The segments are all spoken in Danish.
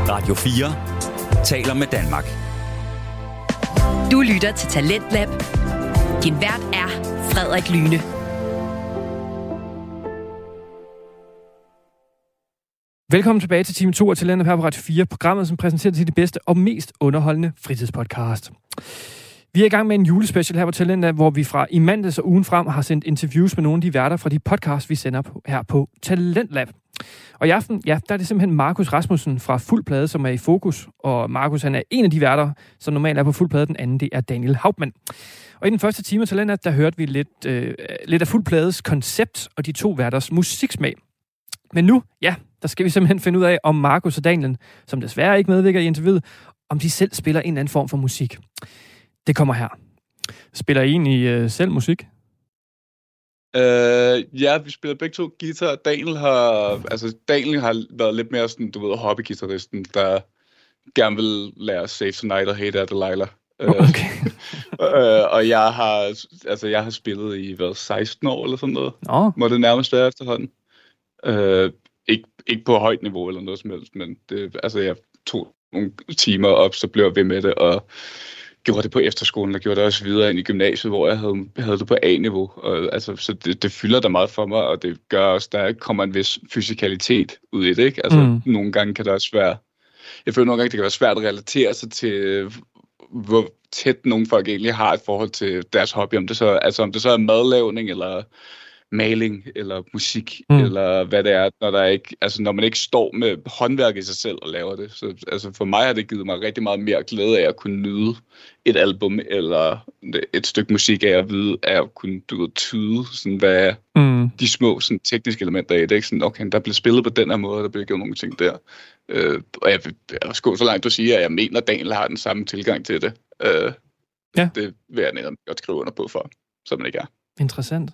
Radio 4 taler med Danmark. Du lytter til Talentlab. Din vært er Frederik Lyne. Velkommen tilbage til time 2 af Talentlab her på Radio 4, programmet, som præsenterer til de bedste og mest underholdende fritidspodcast. Vi er i gang med en julespecial her på Talentlab, hvor vi fra i mandags og ugen frem har sendt interviews med nogle af de værter fra de podcasts, vi sender her på Talentlab. Og i aften, der er det simpelthen Markus Rasmussen fra Fuld Plade, som er i fokus. Og Markus, han er en af de værter, som normalt er på Fuld Plade. Den anden, det er Daniel Hauptmann. Og i den første time af Talentlab, der hørte vi lidt af Fuld Plades koncept og de to værters musiksmag. Men nu, der skal vi simpelthen finde ud af, om Markus og Daniel, som desværre ikke medvirker i interviewet, om de selv spiller en eller anden form for musik. Det kommer her. Spiller I egentlig selv musik? Ja, vi spiller begge to guitar. Daniel har været lidt mere sådan, du ved, hobbyguitaristen, der gerne vil lære Save Tonight og Hey There Delilah. Okay. Og jeg har spillet i 16 år eller sådan noget. Må det nærmest være efterhånden. Ikke på højt niveau eller noget som helst, men jeg tog nogle timer op, så blev jeg ved med det, og gjorde det på efterskolen, og gjorde det også videre ind i gymnasiet, hvor jeg havde det på A-niveau. Og, så det fylder der meget for mig, og det gør også, der kommer en vis fysikalitet ud i det, ikke? Nogle gange kan det også være, jeg føler nogle gange, det kan være svært at relatere sig til, hvor tæt nogle folk egentlig har et forhold til deres hobby, om det så er madlavning, eller maling, eller musik, eller hvad det er, når man ikke står med håndværk i sig selv og laver det. Så for mig har det givet mig rigtig meget mere glæde af at kunne nyde et album, eller et stykke musik af at kunne tyde, sådan, hvad er de små sådan, tekniske elementer af det. Ikke? Sådan, okay, der bliver spillet på den her måde, der bliver gjort nogle ting der. Og jeg vil også gå så langt at sige, at jeg mener, at Daniel har den samme tilgang til det. Det vil jeg netop godt skrive under på for, så man ikke er. Interessant.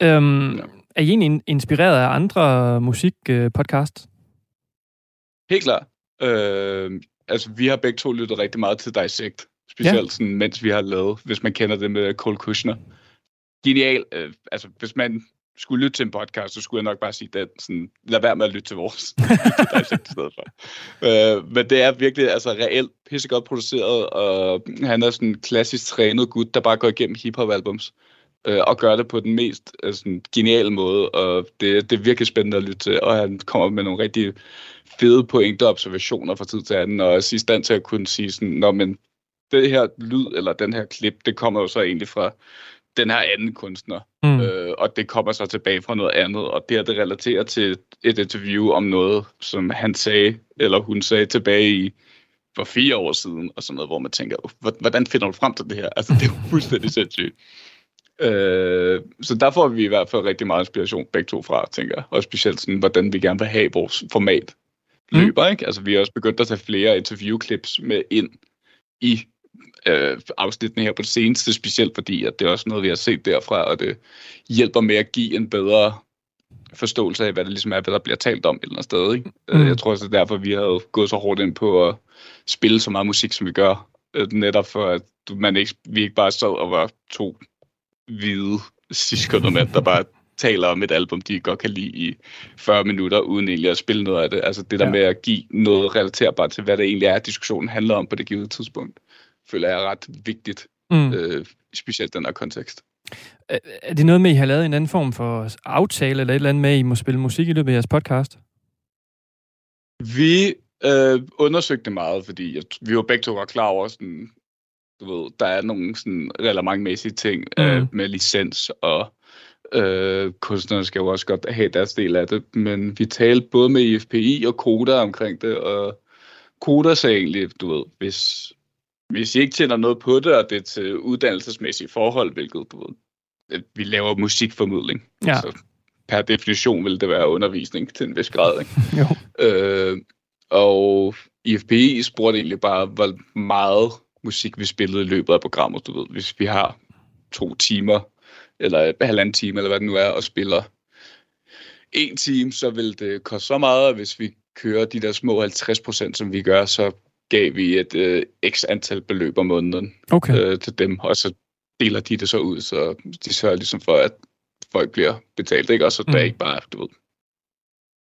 Er I egentlig inspireret af andre musikpodcasts? Helt klart. Vi har begge to lyttet rigtig meget til Dissect. Specielt sådan, mens vi har lavet, hvis man kender det med Cole Kushner. Genial. Hvis man skulle lytte til en podcast, så skulle jeg nok bare sige den. Sådan, lad være med at lytte til vores Dissect i stedet for. Men det er virkelig reelt pissegodt produceret, og han er sådan en klassisk trænet gut, der bare går igennem hiphop-albums. Og gør det på den mest geniale måde, og det er virkelig spændende at lytte til, og han kommer med nogle rigtig fede pointer og observationer fra tid til anden, og er i stand til at kunne sige sådan, men det her lyd, eller den her klip, det kommer jo så egentlig fra den her anden kunstner, og det kommer så tilbage fra noget andet, og det relaterer til et interview om noget, som han sagde, eller hun sagde tilbage for 4 år siden, og sådan noget, hvor man tænker, hvordan finder du frem til det her? Det er jo fuldstændig sindssygt. Så der får vi i hvert fald rigtig meget inspiration begge to fra, tænker jeg. Og specielt sådan, hvordan vi gerne vil have vores format løber, ikke? Vi har også begyndt at tage flere interviewclips med ind i afsnittene her på det seneste, specielt fordi, at det er også noget, vi har set derfra, og det hjælper med at give en bedre forståelse af, hvad det ligesom er, hvad der bliver talt om et eller andet sted, ikke? Jeg tror også, det er derfor, vi har gået så hårdt ind på at spille så meget musik, som vi gør. Netop for, at vi ikke bare sad og var to hvide cis-kønnede der bare taler om et album, de godt kan lide i 40 minutter, uden egentlig at spille noget af det. Det der med at give noget relaterbart til, hvad det egentlig er, at diskussionen handler om på det givne tidspunkt, føler jeg er ret vigtigt, specielt den her kontekst. Er det noget med, I har lavet en anden form for aftale, eller et eller andet med, I må spille musik i løbet af jeres podcast? Vi undersøgte meget, fordi vi var begge to var klar over sådan, du ved, der er nogle sådan reglementmæssige ting med licens, og kunstnerne skal jo også godt have deres del af det, men vi talte både med IFPI og Koda omkring det, og Koda sagde egentlig, du ved, hvis I ikke tjener noget på det, og det er til uddannelsesmæssige forhold, hvilket, du ved, vi laver musikformidling, så per definition vil det være undervisning til en vis grad, ikke? Og IFPI spurgte egentlig bare, hvor meget musik vi spillede i løbet af programmet, du ved. Hvis vi har 2 timer, eller 1,5 time, eller hvad det nu er, og spiller 1 time, så vil det koste så meget, og hvis vi kører de der små 50%, som vi gør, så gav vi et x antal beløb om måneden til dem, og så deler de det så ud, så de sørger ligesom for, at folk bliver betalt, ikke? Og så der er ikke bare, du ved,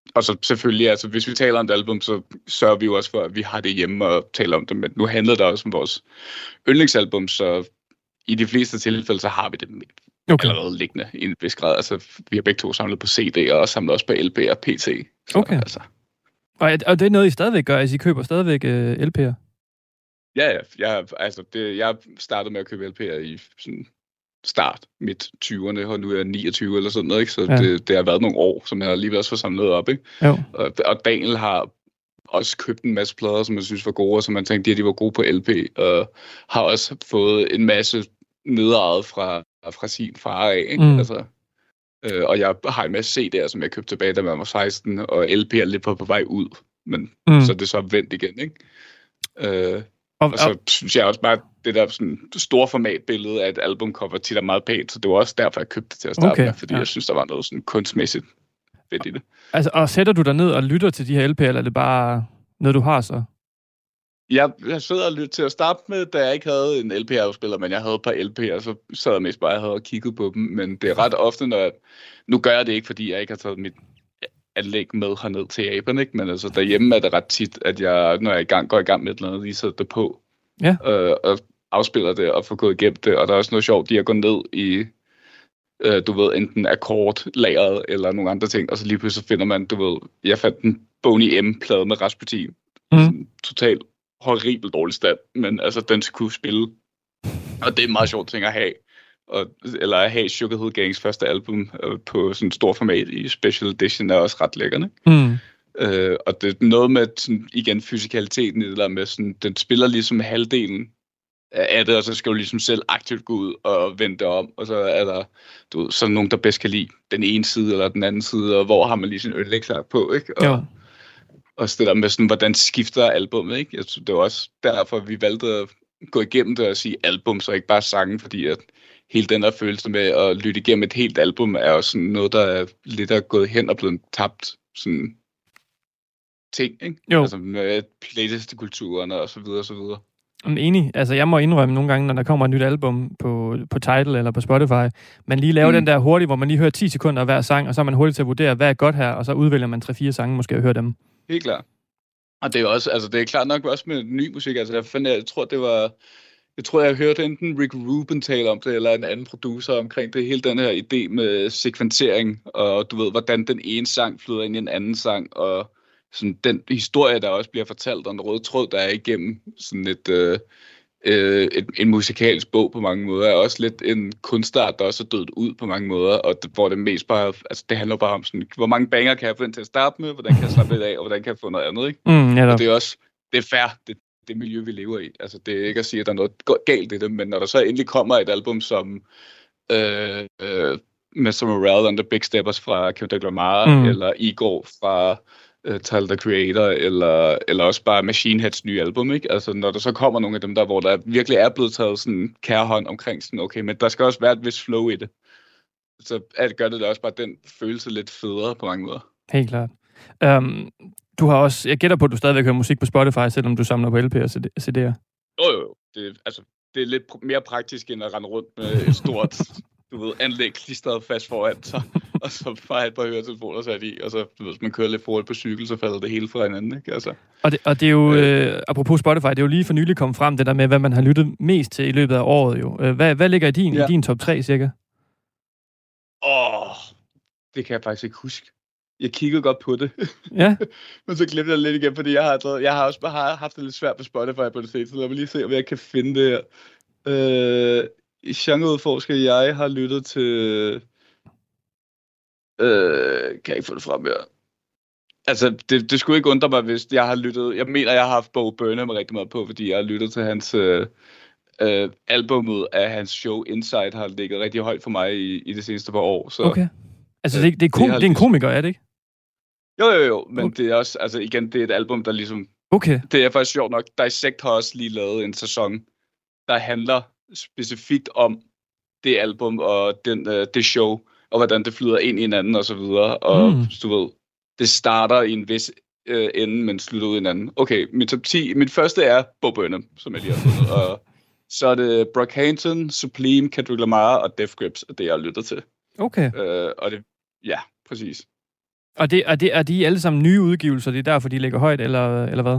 og så selvfølgelig, altså hvis vi taler om et album, så sørger vi jo også for, at vi har det hjemme og taler om det, men nu handler det også om vores yndlingsalbum, så i de fleste tilfælde, så har vi det allerede liggende i en vis grad. Altså, vi har begge to samlet på CD, og samlet også på LP og PT. Så, okay. Altså. Og det er noget, I stadigvæk gør? Altså, I køber stadigvæk LP'er? Ja. Jeg startede med at købe LP'er i sådan start, midt 20'erne, og nu er jeg 29 eller sådan noget, ikke? Så det har været nogle år, som jeg alligevel også får samlet op, ikke? Jo. Og Daniel har også købt en masse plader, som jeg synes var gode, og som man tænkte, at de var gode på LP, og har også fået en masse nedejet fra sin far af, ikke? Altså, og jeg har en masse CD'er, som jeg købte tilbage, da jeg var 16, og LP er lidt på vej ud, men så er det så vendt igen, ikke? Og så synes jeg også bare, det der sådan store formatbillede af et albumcover tit er meget pænt, så det var også derfor, jeg købte det til at starte med, fordi jeg synes, der var noget sådan kunstmæssigt fedt i det. Altså, og sætter du dig ned og lytter til de her LP'er, eller er det bare noget, du har så? Jeg sidder og lytter til at starte med, da jeg ikke havde en LP-afspiller, men jeg havde et par LP'er, så sad jeg mest bare og havde kigget på dem, men det er ret ofte, nu gør jeg det ikke, fordi jeg ikke har taget mit anlæg med herned til Japan, ikke? Men altså derhjemme er det ret tit, at jeg, når jeg går i gang med et eller andet, lige sætter det på, og afspiller det og får gået igennem det, og der er også noget sjovt, de har gået ned i, du ved, enten akkordlageret eller nogle andre ting, og så lige pludselig finder man, du ved, jeg fandt en Boney M-plade med Rasputin, totalt horribelt dårlig stand, men altså den skulle spille, og det er en meget sjovt ting at have. Eller at have Sugarhill Gangs første album på sådan en stor format i Special Edition er også ret lækkerne. Og det er noget med sådan, igen fysikaliteten i det der med sådan, den spiller ligesom halvdelen af det, og så skal du ligesom selv aktivt gå ud og vende det om, og så er der sådan nogen, der bedst kan lide den ene side eller den anden side, og hvor har man lige sin yndlingsart på, ikke? Og så det der med sådan, hvordan skifter albumet, ikke? Det var også derfor, vi valgte at gå igennem det og sige album, så ikke bare sange, fordi at hele den der følelse med at lytte igennem et helt album er også sådan noget, der er lidt er gået hen og blevet tabt sådan ting, ikke? Jo. Altså med playlist-kulturen og så videre og så videre. Jeg er enig. Altså, jeg må indrømme nogle gange, når der kommer et nyt album på Tidal eller på Spotify, man lige laver den der hurtigt, hvor man lige hører 10 sekunder af hver sang, og så er man hurtigt til at vurdere, hvad er godt her, og så udvælger man 3-4 sange måske at høre dem. Helt klart. Og det er også, altså det er klart nok også med ny musik, altså jeg tror, jeg hørte enten Rick Rubin tale om det, eller en anden producer omkring det, hele den her idé med sekventering, og du ved, hvordan den ene sang flyder ind i en anden sang, og sådan den historie, der også bliver fortalt, og en rød tråd, der er igennem sådan en musikalsk bog på mange måder, er også lidt en kunstart, der også er dødt ud på mange måder, og hvor det mest bare, altså det handler bare om sådan, hvor mange banger kan jeg få ind til at starte med, hvordan kan jeg slappe lidt af, og hvordan kan jeg få noget andet, ikke? Og det er også, det er fair, det miljø, vi lever i. Altså, det er ikke at sige, at der er noget galt i det, men når der så endelig kommer et album som Mr. Morale and the Big Steppers fra Kendrick Lamar, eller Igor fra Tyler, the Creator, eller også bare Machine Heads nye album, ikke? Altså, når der så kommer nogle af dem der, hvor der virkelig er blevet taget sådan kærhånd omkring sådan, okay, men der skal også være et vist flow i det. Så gør det også bare den følelse lidt federe på mange måder. Helt klart. Du har også, jeg gætter på, at du stadigvæk hører musik på Spotify, selvom du samler på LP og CD'er. Jo. Det er lidt mere praktisk, end at rende rundt med et stort, anlæg klistret fast foran sig, og så bare et par høretelefoner sat i, og så, hvis man kører lidt forholdt på cykel, så falder det hele fra hinanden, ikke? Altså. Og det er jo, apropos Spotify, det er jo lige for nylig kommet frem, det der med, hvad man har lyttet mest til i løbet af året, jo. Hvad ligger i din top 3, cirka? Det kan jeg faktisk ikke huske. Jeg kiggede godt på det. Ja. Men så glemte jeg lidt igen, fordi jeg har også bare haft det lidt svært på Spotify på det seneste, så lad mig lige se, om jeg kan finde det her. I genreudforsker, jeg har lyttet til... kan jeg ikke få det frem her? Altså, det skulle ikke undre mig, hvis jeg har lyttet... Jeg mener, jeg har haft Bo Burnham rigtig meget på, fordi jeg har lyttet til hans... albummet af hans show Inside har ligget rigtig højt for mig i det seneste par år. Så, okay. Altså, det er en komiker, er det ikke? Jo, men det er også, altså igen, det er et album, der ligesom... Okay. Det er faktisk sjovt nok. Dissect har også lige lavet en sæson, der handler specifikt om det album og det show, og hvordan det flyder ind i hinanden og så videre. Og du ved, det starter i en vis ende, men slutter ud i en anden. Okay, min top 10, mit første er Bo Burnham, som jeg lige har fundet, og så er det Brockhampton, Sublime, Kendrick Lamar og Death Grips, det jeg har lyttet til. Okay. Og det, ja, præcis. Og er de alle sammen nye udgivelser? Det er derfor, de ligger højt, eller hvad?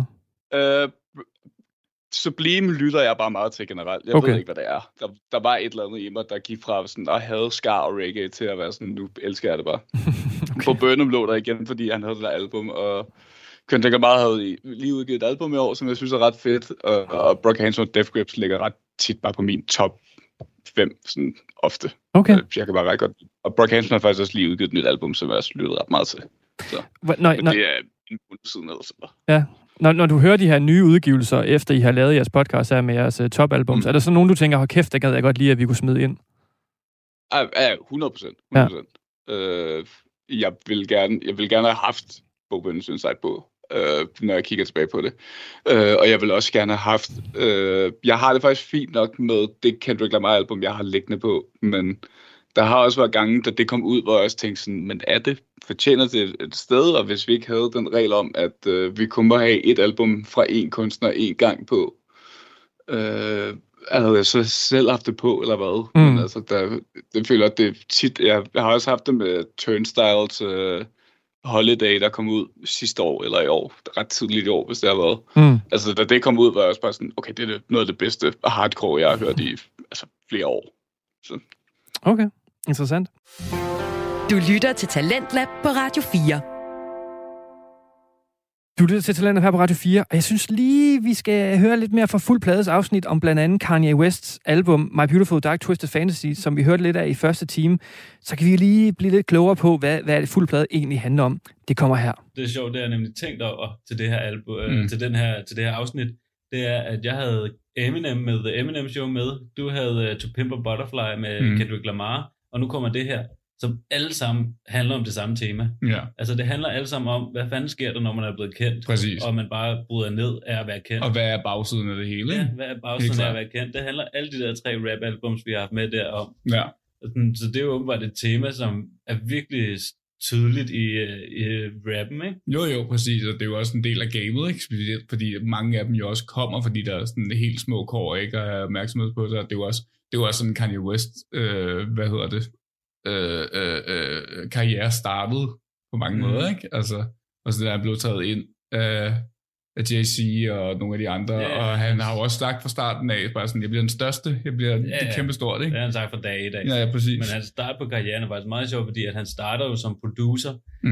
Sublime lytter jeg bare meget til generelt. Jeg ved ikke, hvad det er. Der var et eller andet i mig, der gik fra sådan at have ska og reggae til at være sådan, nu elsker jeg det bare. Okay. På Burnham lå der igen, fordi han havde det der album, og Kendrick Lamar havde lige udgivet et album i år, som jeg synes er ret fedt, og Brockhampton og Death Grips ligger ret tit bare på min top 5, sådan ofte. Okay. Jeg kan bare ret godt. Og Brockhampton har faktisk også lige udgivet et nyt album, som jeg også lyttede ret meget til. Så. Det er en måned siden eller sådan. Ja. Når du hører de her nye udgivelser, efter I har lavet jeres podcast her med jeres topalbums, er der så nogen, du tænker, hold kæft, der gad jeg godt lige, at vi kunne smide ind? Ja, 100%. Ja. Jeg vil gerne have haft Bobens Insight på, når jeg kigger tilbage på det. Og jeg vil også gerne have haft... jeg har det faktisk fint nok med det Kendrick Lamar-album, jeg har liggende på, men der har også været gange, da det kom ud, hvor jeg også tænkte sådan, men er det? Fortjener det et sted? Og hvis vi ikke havde den regel om, at vi kun må have et album fra en kunstner en gang på, havde jeg så selv haft det på, eller hvad? Men altså, det føler at det tit... Jeg har også haft det med Turnstiles Holiday, der kom ud sidste år, eller i år. Ret tidligt i år, hvis det har været. Altså, da det kom ud, var jeg også bare sådan, okay, det er noget af det bedste hardcore, jeg har hørt i flere år. Så. Okay, interessant. Du lytter til Talentlab på Radio 4. Du lytter til Talentlab her på Radio 4, og jeg synes lige, vi skal høre lidt mere fra Fuld Plades afsnit om blandt andet Kanye Wests album My Beautiful Dark Twisted Fantasy, som vi hørte lidt af i første time. Så kan vi lige blive lidt klogere på, hvad det Fuld Plade egentlig handler om. Det kommer her. Det er sjovt, det jeg nemlig tænkt over til det her album, til det her afsnit. Det er, at jeg havde Eminem med The Eminem Show med. Du havde To Pimp a Butterfly med Kendrick Lamar. Og nu kommer det her, som alle sammen handler om det samme tema. Ja. Altså det handler alle sammen om, hvad fanden sker der, når man er blevet kendt. Præcis. Og man bare bryder ned af at være kendt. Og hvad er bagsiden af det hele? Ja, hvad er bagsiden af at være kendt. Det handler alle de der 3 rap-albums, vi har haft med der om. Ja. Så det er jo åbenbart et tema, som er virkelig tydeligt i rappen, ikke? Jo, præcis, og det er jo også en del af gamet, ikke? Specielt fordi mange af dem jo også kommer, fordi der er sådan helt små kår, ikke? Og er opmærksomhed på sig. Det er jo også sådan Kanye West, karriere startede på mange måder, ikke? Altså, og så der er blevet taget ind af Jay-Z og nogle af de andre, og han har jo også sagt fra starten af, bare sådan, jeg bliver den største, det er kæmpe stort, ikke? Det har han sagt fra dag i dag. Ja, præcis. Men hans start på karrieren er faktisk meget sjovt, fordi at han starter jo som producer,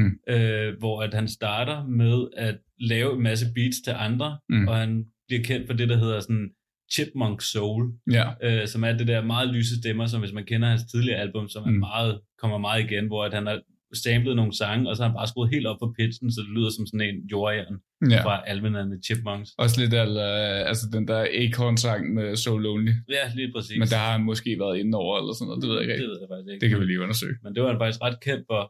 hvor at han starter med at lave en masse beats til andre, og han bliver kendt for det, der hedder sådan Chipmunk Soul, som er det der meget lyse stemmer, som hvis man kender hans tidligere album, som er kommer meget igen, hvor at han har samlet nogle sange, og så har han bare skruet helt op på pitchen, så det lyder som sådan en jordjern fra albumerne Chipmunks. Også lidt altså den der Acorn-sang med So Lonely. Ja, lige præcis. Men der har han måske været inde over, eller sådan noget, det ved jeg ikke. Det ved jeg faktisk ikke. Det kan vi lige undersøge. Men det var han faktisk ret kendt for,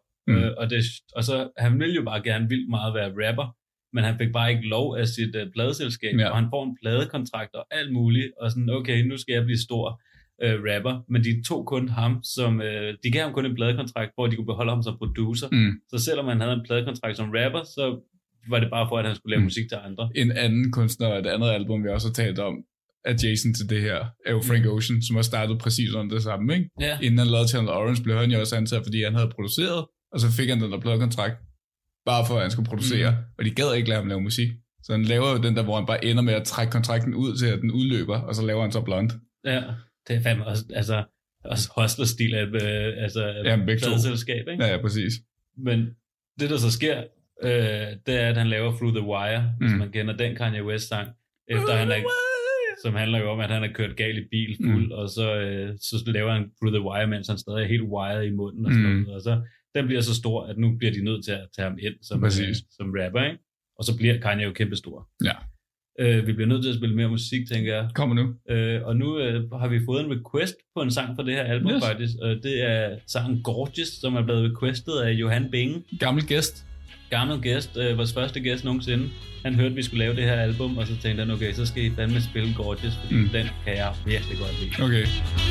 og så han ville jo bare gerne vildt meget være rapper, men han fik bare ikke lov af sit pladeselskab, og han får en pladekontrakt og alt muligt, og sådan, okay, nu skal jeg blive stor rapper, men de tog kun ham som, de gav ham kun en pladekontrakt, hvor de kunne beholde ham som producer, så selvom han havde en pladekontrakt som rapper, så var det bare for, at han skulle lave musik til andre. En anden kunstner og et andet album, vi også har talt om, adjacent til det her, er jo Frank Ocean, som har startet præcis under det samme, ikke? Ja. Inden han lavede Channel Orange, blev han jo også ansat, fordi han havde produceret, og så fik han den der pladekontrakt, bare for at han skulle producere, og de gad ikke lade ham lave musik. Så han laver jo den der, hvor han bare ender med at trække kontrakten ud til, at den udløber, og så laver han så Blonde. Ja, det er fandme også hustler-stil af pladeselskab, ikke? Ja, præcis. Men det, der så sker, det er, at han laver Through the Wire, hvis man kender den Kanye West-sang, efter han som handler jo om, at han har kørt galt i bil fuld, og så laver han Through the Wire, mens han stadig er helt wired i munden og sådan noget, og så den bliver så stor, at nu bliver de nødt til at tage ham ind som rapper, ikke? Og så bliver Kanye jo kæmpe stor. Ja. Vi bliver nødt til at spille mere musik, tænker jeg. Kommer nu. Og nu har vi fået en request på en sang fra det her album, faktisk. Det er sangen Gorgeous, som er blevet requestet af Johan Binge. Gammel gæst, vores første gæst nogensinde. Han hørte, at vi skulle lave det her album, og så tænkte han, okay, så skal I fandme spille Gorgeous, fordi den kan jeg virkelig godt lide. Okay.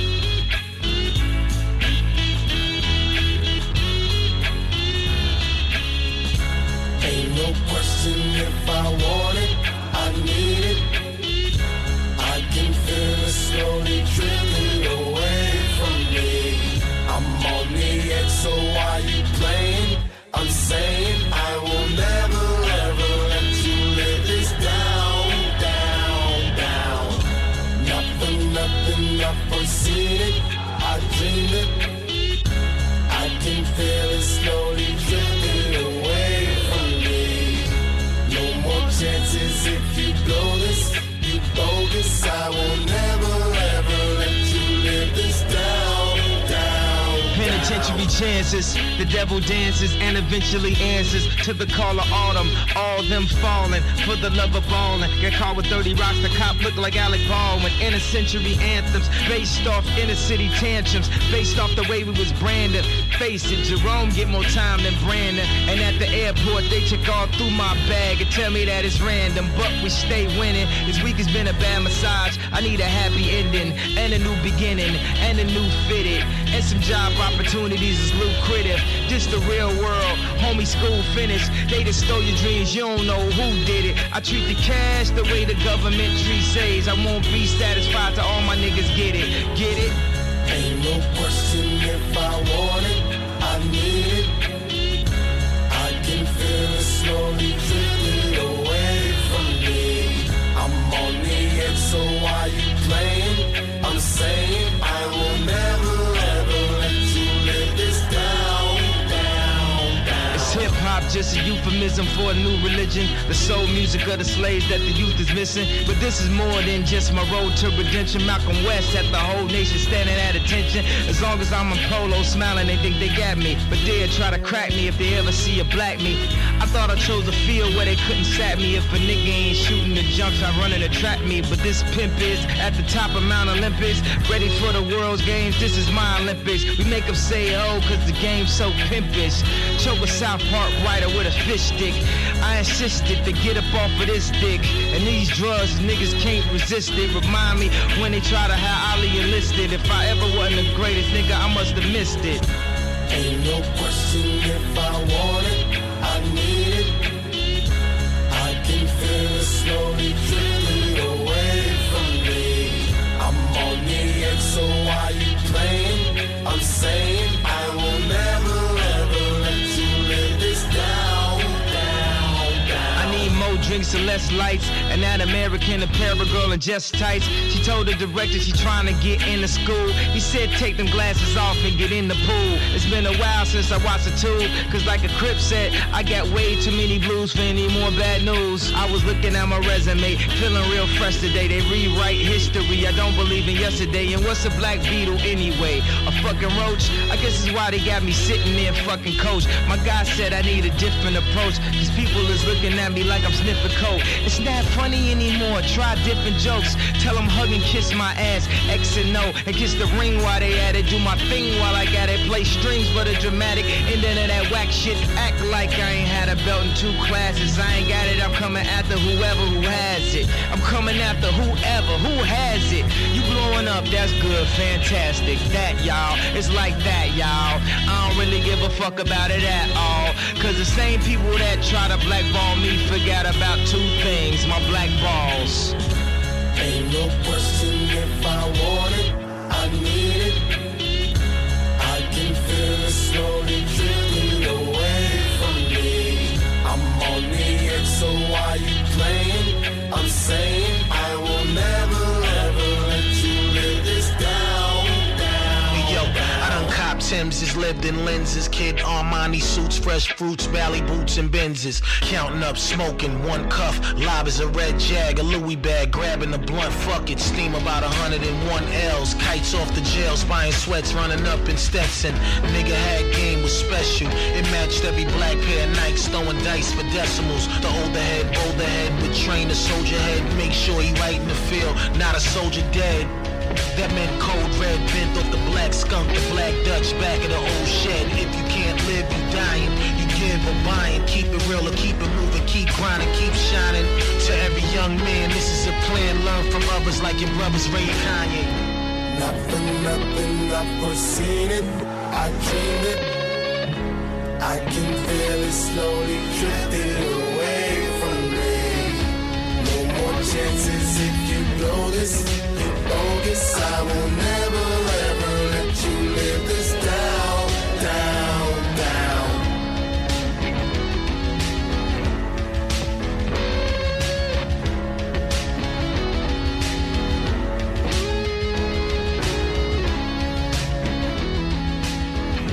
Ain't no question if I want it, I need it. I can feel it slowly drifting away from me. I'm on the edge, so why you playing? I'm saying chances. The devil dances and eventually answers to the call of autumn. All them falling for the love of ballin'. Get caught with 30 rocks, the cop look like Alec Baldwin. Inner century anthems based off inner city tantrums, based off the way we was branded. Face it, Jerome get more time than Brandon. And at the airport they check all through my bag and tell me that it's random, but we stay winning. This week has been a bad massage. I need a happy ending and a new beginning and a new fitted, and some job opportunities is lucrative. Just the real world, homie, school finished. They just stole your dreams, you don't know who did it. I treat the cash the way the government treats says. I won't be satisfied till all my niggas get it. Get it? Ain't no question if I want it, I need it. I can feel it slowly drifting away from me. I'm on the edge, so why you playing? I'm saying I will never ever let you live this down, down, down. It's hip-hop, just a euphemism for a new religion. The soul music of the slaves that the youth is missing. But this is more than just my road to redemption. Malcolm West had the whole nation standing at attention. As long as I'm in polo smiling, they think they got me. But they'll try to crack me if they ever see a black me. I thought I chose a field where they couldn't sack me. If a nigga ain't shooting the jumps, I running to trap me. But this pimp is at the top of Mount Olympus, ready for the world's games. This is my Olympics. We make them say oh, cause the game's so pimpish. Choke a South Park writer with a fish stick. I insisted to get up off of this dick. And these drugs, niggas can't resist it. Remind me when they try to have Ali enlisted. If I ever wasn't the greatest nigga, I must have missed it. Ain't no question if I want it, I need it. I can feel it slowly drifting away from me. I'm on the edge, so why you playing? I'm saying I will never ever let you live this down, down, down. I need more drinks and less lights. And that American Apparel girl in just tights. She told the director she trying to get into school. He said take them glasses off and get in the pool. It's been a while since I watched the Tube, cause like a Crip said, I got way too many blues for any more bad news. I was looking at my resume, feeling real fresh today. They rewrite history, I don't believe in yesterday. And what's a black beetle anyway? A fucking roach? I guess is why they got me sitting there fucking coach. My guy said I need a different approach, cause people is looking at me like I'm sniffing coke. It's not funny anymore, try different jokes. Tell them hug and kiss my ass, X and O. And kiss the ring while they at it. Do my thing while I got it. Play strings for the dramatic ending of that whack shit. Act like I ain't had a belt in 2 classes. I ain't got it, I'm coming after whoever who has it. I'm coming after whoever who has it. You blowing up, that's good, fantastic. That y'all, it's like that y'all. I don't really give a fuck about it at all. Cause the same people that try to blackball me forgot about 2 things, my black balls. Ain't no question if I want it, I need it. I can feel it slowly drifting away from me. I'm on the edge, so why you playing? I'm saying I will never ever let you live this down, down. Yo, I done cop Timbs, just lived in lenses. Kid Armani suits, fresh fruits, Bally boots and Benzes. Counting up, smoking, 1 cuff. Live as a red Jag, a Louis bag, grabbing the blunt. Fuck it, steam about 101 L's. Kites off the jails, buying sweats, running up in Stetson. Nigga had game was special. It matched every black pair of Nikes, throwing dice for decimals. The older head, bolder head, would train the soldier head. Make sure he right in the field, not a soldier dead. That meant cold red bent off the black skunk, the black Dutch back of the old shed. If you can't live, you dying. You give or buying. Keep it real or keep it moving. Keep grinding, keep shining. To every young man, this is a plan. Learn from others like your brothers Ray and Kanye. Not for nothing, I've foreseen it, I dreamed it. I can feel it slowly drifting away from me. No more chances if you blow this, you bogus. I will never ever let you live this down, down, down.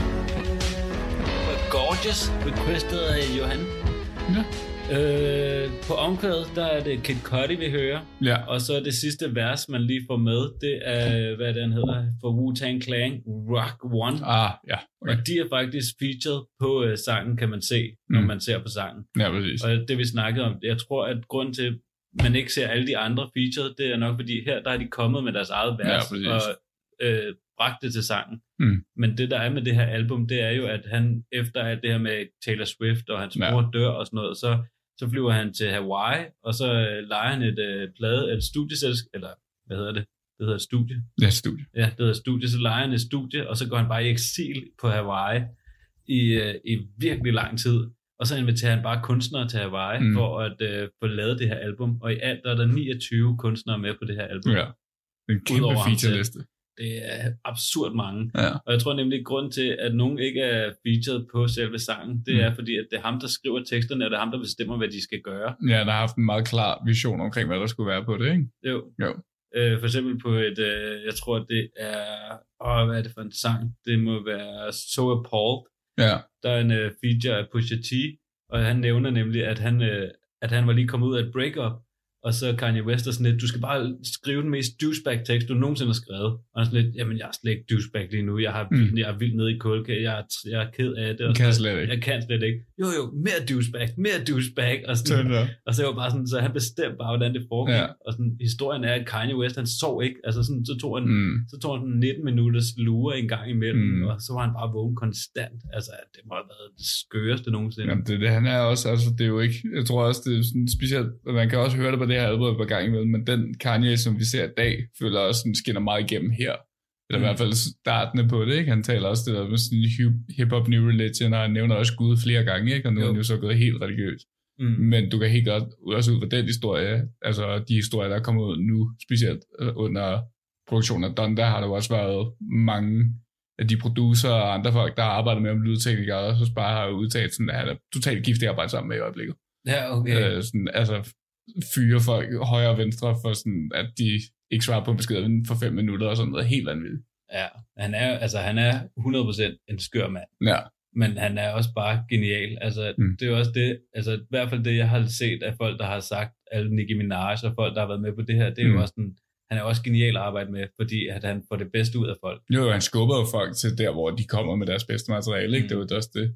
Gorgeous, requestet af Johan. Ja. På omkvædet, der er det Kid Cudi, vi hører. Ja. Og så det sidste vers, man lige får med, det er, hvad den hedder, for Wu-Tang Clan, Rock One. Ja. Okay. Og de er faktisk featured på sangen, kan man se, når man ser på sangen. Ja, præcis. Og det vi snakkede om, jeg tror, at grunden til, man ikke ser alle de andre featured, det er nok fordi, her der er de kommet med deres eget vers, og bragt det til sangen. Men det, der er med det her album, det er jo, at han, efter at det her med Taylor Swift, og hans mor dør og sådan noget, så flyver han til Hawaii, og så leger han et studieselskab, eller hvad hedder det? Det hedder studie. Ja, studie. Ja, det hedder studie. Så leger han et studie, og så går han bare i eksil på Hawaii i virkelig lang tid. Og så inviterer han bare kunstnere til Hawaii for at få lavet det her album. Og i alt er der 29 kunstnere med på det her album. Ja, en kæmpe featureliste. Det er absurd mange. Ja. Og jeg tror nemlig, at grund til, at nogen ikke er featured på selve sangen, det er fordi, at det er ham, der skriver teksterne, og det er ham, der bestemmer, hvad de skal gøre. Ja, der har haft en meget klar vision omkring, hvad der skulle være på det, ikke? Jo. For eksempel på jeg tror, det er... hvad er det for en sang? Det må være So Appalled. Ja. Der er en feature af Pusha T, og han nævner nemlig, at han var lige kommet ud af et breakup, og så Kanye West er sådan lidt, du skal bare skrive den mest douchebag-tekst, du nogensinde har skrevet. Og han er sådan lidt, jamen jeg er slet ikke douchebag lige nu, jeg er vildt nede i kulke, jeg er ked af det. Og jeg kan slet ikke. Jo, mere douchebag. Og, sådan, og så var bare sådan, så han bestemte bare, hvordan det foregik. Ja. Og sådan, historien er, at Kanye West, han sov ikke. Altså sådan, så tog han 19 minutters lure en gang imellem, og så var han bare vågen konstant. Altså, det må have været det skøreste nogensinde. Jamen, det han er også, altså det er jo ikke, jeg tror også, det er sådan specielt, man kan også høre det på det her album på gang imellem, men den Kanye, som vi ser i dag, føler også sådan, skinner meget igennem her. Eller i hvert fald startende på det, ikke? Han taler også det der med sådan hip-hop new religion, og han nævner også Gud flere gange, ikke? Og nu er han jo så gået helt religiøs. Men du kan helt godt også ud fra den historie, altså de historier, der er kommet ud nu, specielt under produktionen af Donda, har der også været mange af de producer og andre folk, der har arbejdet med om lydteknikere, og så bare har udtalt sådan, at han er totalt giftig at arbejde sammen med i øjeblikket. Ja, okay. Sådan, altså fyre folk højre og venstre for sådan, at de ikke svarer på en besked for 5 minutter og sådan noget helt vanvittigt. Ja, han er 100% en skør mand. Ja. Men han er også bare genial. Altså, det er jo også det, altså i hvert fald det, jeg har set af folk, der har sagt, alle Nicki Minaj og folk, der har været med på det her, det er jo også sådan, han er også genial at arbejde med, fordi at han får det bedste ud af folk. Jo, han skubber jo folk til der, hvor de kommer med deres bedste materiale, ikke? Det er jo også det.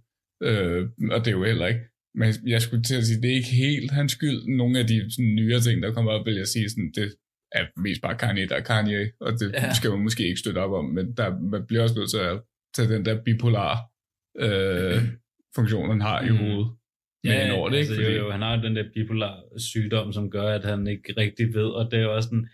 Og det er jo heller ikke. Men jeg skulle til at sige, det er ikke helt hans skyld. Nogle af de sådan, nyere ting, der kommer op, vil jeg sige, sådan, det er mest bare Kanye, der er Kanye, og det skal man måske ikke støtte op om, men man bliver også nødt til at tage den der bipolar funktion, han har i hovedet. Ja, over det, altså, ikke? Jo, han har den der bipolar sygdom, som gør, at han ikke rigtig ved, og det er også sådan,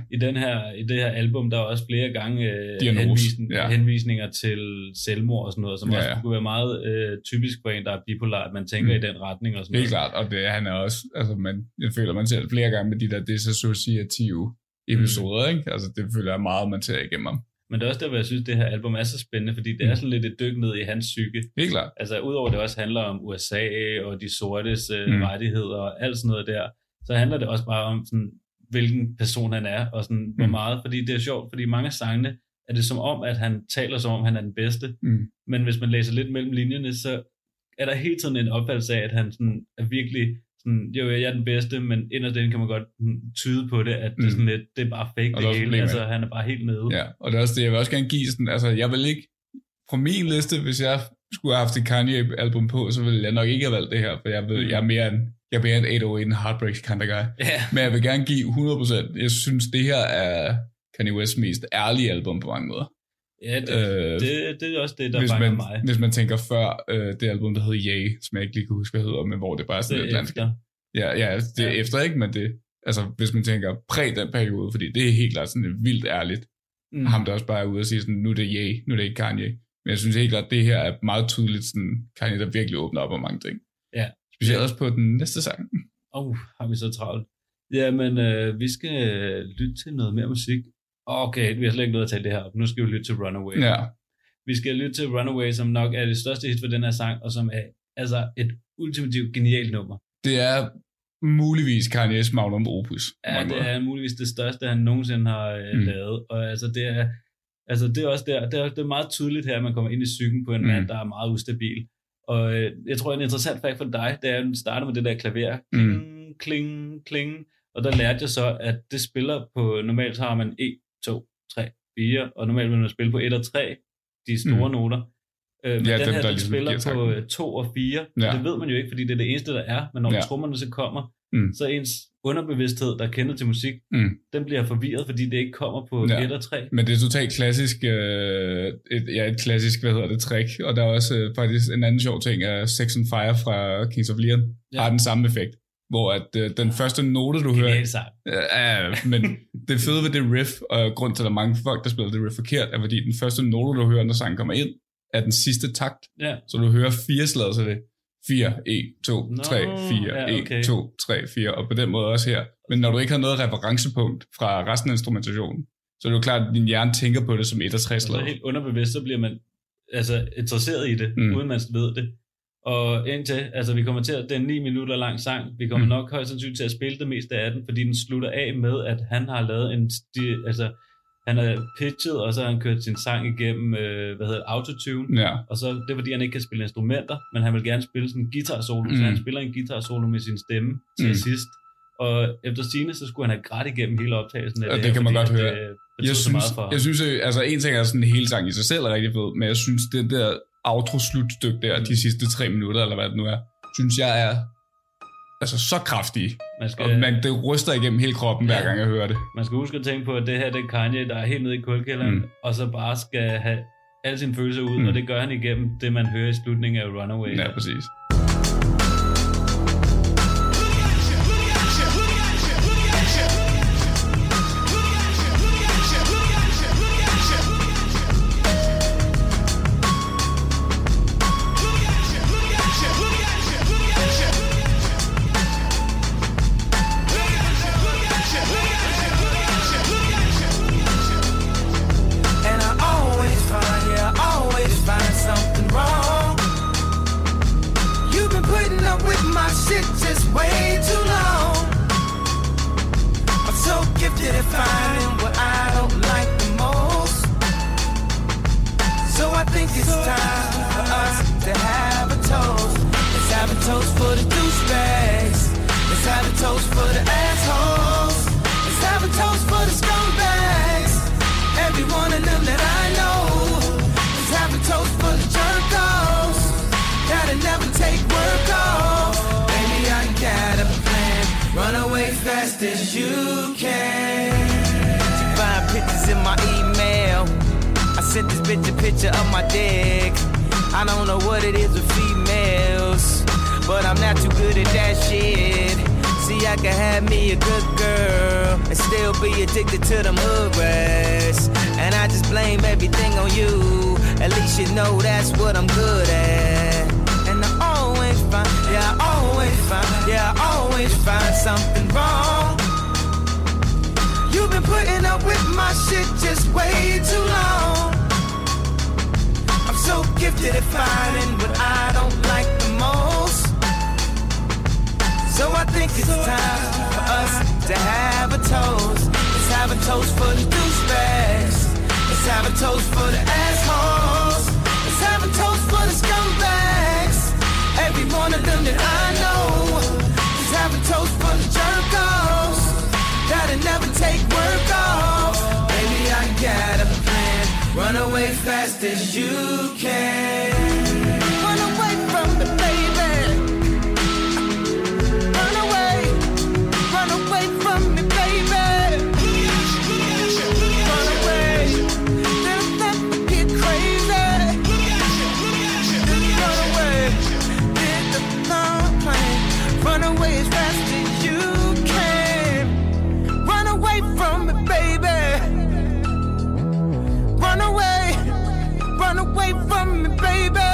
i det her album, der er også flere gange henvisninger til selvmord og sådan noget, som også kunne være meget typisk for en, der er bipolar, at man tænker i den retning og sådan noget. Helt klart, og det han er også, altså jeg føler, man ser flere gange med de der disassociative episoder, ikke? Altså det føler jeg meget, man ser igennem ham. Men det er også der, hvor jeg synes, det her album er så spændende, fordi det er sådan lidt et dyk ned i hans psyke. Helt klart. Altså udover det også handler om USA og de sortes rettigheder og alt sådan noget der, så handler det også bare om, sådan, hvilken person han er, og sådan, hvor meget. Fordi det er sjovt, fordi mange af sangene er det som om, at han taler som om, han er den bedste. Men hvis man læser lidt mellem linjerne, så er der hele tiden en opfattelse af, at han sådan, er virkelig... Jo, jeg er den bedste, men inderst inde kan man godt tyde på det, at det er sådan lidt, det er bare fake det hele, altså han er bare helt nede. Ja, og det er også det, jeg vil også gerne give sådan, altså jeg vil ikke, fra min liste, hvis jeg skulle have haft et Kanye-album på, så ville jeg nok ikke have valgt det her, for jeg er mere en 808 Heartbreak kind of guy. Yeah. Men jeg vil gerne give 100%, jeg synes det her er Kanye Wests mest ærlige album på mange måder. Ja, det er også det, der fanger mig. Hvis man tænker før det album, der hedder Ye, som jeg ikke lige kan huske, hvad hedder, men hvor det bare er sådan et landskab. Ja, det er efter, ikke? Men det, altså, hvis man tænker præg den periode, fordi det er helt klart sådan vildt ærligt. Ham der også bare er ude og sige sådan, nu er det Ye, nu er det ikke Kanye. Men jeg synes helt klart, at det her er meget tydeligt sådan, Kanye, der virkelig åbner op om mange ting. Ja. Specielt også på den næste sang. Har vi så travlt. Ja, men vi skal lytte til noget mere musik. Okay, vi har slet ikke noget at tale det her op. Nu skal vi lytte til Runaway. Ja. Vi skal lytte til Runaway, som nok er det største hit for den her sang, og som er altså et ultimativt genialt nummer. Det er muligvis Kanye's magnum opus. Ja, det er muligvis det største, han nogensinde har lavet. Og altså det er også der, det er meget tydeligt her, at man kommer ind i psyken på en mand, der er meget ustabil. Og jeg tror, en interessant fakt for dig, det er, at den starter med det der klaver. kling. Og der lærte jeg så, at det spiller på, normalt har man 1, 2, 3, 4, og normalt vil man spille på 1 og 3, de store noter. Men den her, den ligesom spiller på 2 og 4, og det ved man jo ikke, fordi det er det eneste, der er, men når trommerne så kommer, så ens underbevidsthed, der kender til musik, den bliver forvirret, fordi det ikke kommer på 1 og 3. Men det er totalt klassisk, et klassisk, trick, og der er også faktisk en anden sjov ting, af Sex on Fire fra Kings of Leon, har den samme effekt. Hvor at den første note, du hører... men det fede ved det riff, og grund til, at der er mange folk, der spiller det riff forkert, er fordi den første note, du hører, når sangen kommer ind, er den sidste takt. Så du hører 4 slag, så det 4, 1, 2, 3, 4, 1, 2, 3, 4, og på den måde også her. Men når du ikke har noget referencepunkt fra resten af instrumentationen, så er det jo klart, at din hjerne tænker på det som 1 og 3 slag. Så helt underbevidst, så bliver man interesseret i det, uden man ved det. Og indtil, vi kommer til at, det er en 9 minutter lang sang, vi kommer nok højst sandsynligt til at spille det meste af den, fordi den slutter af med, at han har lavet han har pitchet, og så har han kørt sin sang igennem, autotune, og så, det er fordi, han ikke kan spille instrumenter, men han vil gerne spille sådan en guitar-solo, så han spiller en guitar-solo med sin stemme til sidst, og efter sigende, så skulle han have grædt igennem hele optagelsen af det kan man godt høre. Jeg synes, en ting er sådan en hele sang i sig selv er rigtig fed, men jeg synes, det der outro-slutstykke der, de sidste 3 minutter, eller hvad det nu er, synes jeg er så kraftige. Og det ryster igennem hele kroppen, hver gang jeg hører det. Man skal huske at tænke på, at det her, det er Kanye, der er helt nede i kulkælderen, og så bare skal have alle sine følelser ud, og det gør han igennem det, man hører i slutningen af Runaway. Ja, præcis. Picture of my dick. I don't know what it is with females, but I'm not too good at that shit. See, I can have me a good girl and still be addicted to them hood rats. And I just blame everything on you. At least you know that's what I'm good at. And I always find something wrong. You've been putting up with my shit just way too long. So gifted at finding what I don't like the most. So I think it's time for us to have a toast. Let's have a toast for the douchebags. Let's have a toast for the assholes. Let's have a toast for the scumbags. Every one of them that I know. Let's have a toast for the jerk-offs that'll never take work off. Baby, I got a plan. Run away fast as you can. Run away from me, baby. Run away from me, baby. Run away. Then let me get crazy. Run away. Did the long plan. Run away as fast as you can. Run away from me, baby. Run away from me, baby.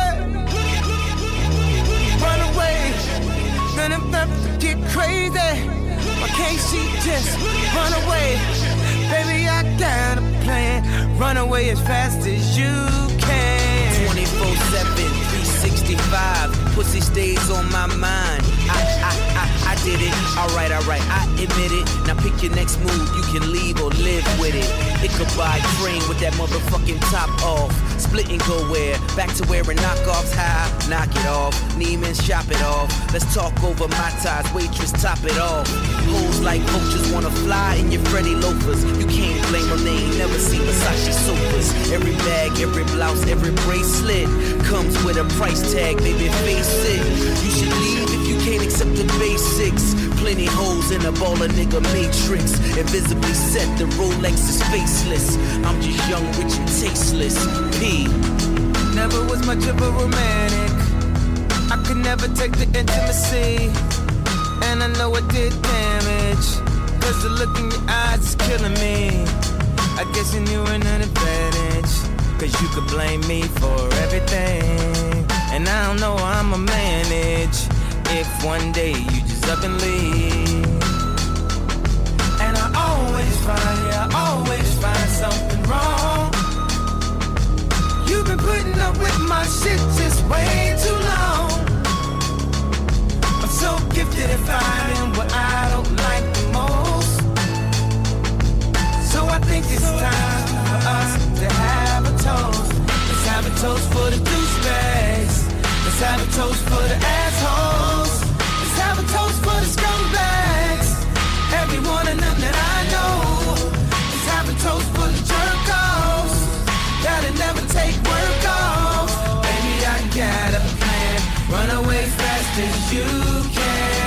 Run away, then I'm about to get crazy. Why can't she just run away? Baby, I got a plan. Run away as fast as you can. 24/7, 365. Pussy stays on my mind. I did it. All right, I admit it. Now pick your next move. You can leave or live get with it. Ichabod Crane with that motherfucking top off. Split and go where? Back to wearing knockoffs high. Knock it off. Neiman, shop it off. Let's talk over my ties. Waitress, top it off. Hoes like vultures wanna fly in your Freddy loafers. You can't blame them, they ain't never seen Versace sofas. Every bag, every blouse, every bracelet comes with a price tag, baby, face it. You should leave if you can't accept the basics. Plenty holes in a baller nigga matrix. Invisibly set, the Rolex is faceless. I'm just young, rich and tasteless. P. Never was much of a romantic. I could never take the intimacy. And I know it did damage. Cause the look in your eyes is killing me. I guess you knew an advantage. Cause you could blame me for everything. And I don't know how I'ma manage if one day you just up and leave. And I always find something wrong. You've been putting up with my shit just way too long. I'm so gifted at finding what I don't like the most. So I think it's time for us to have a toast. Let's have a toast for the douchebags. Let's have a toast for the assholes. Let's have a toast for the scumbags. Every one of them that I know. Let's have a toast for the jerk-offs that'll never take work off. Baby, I got a plan. Run away fast as you can.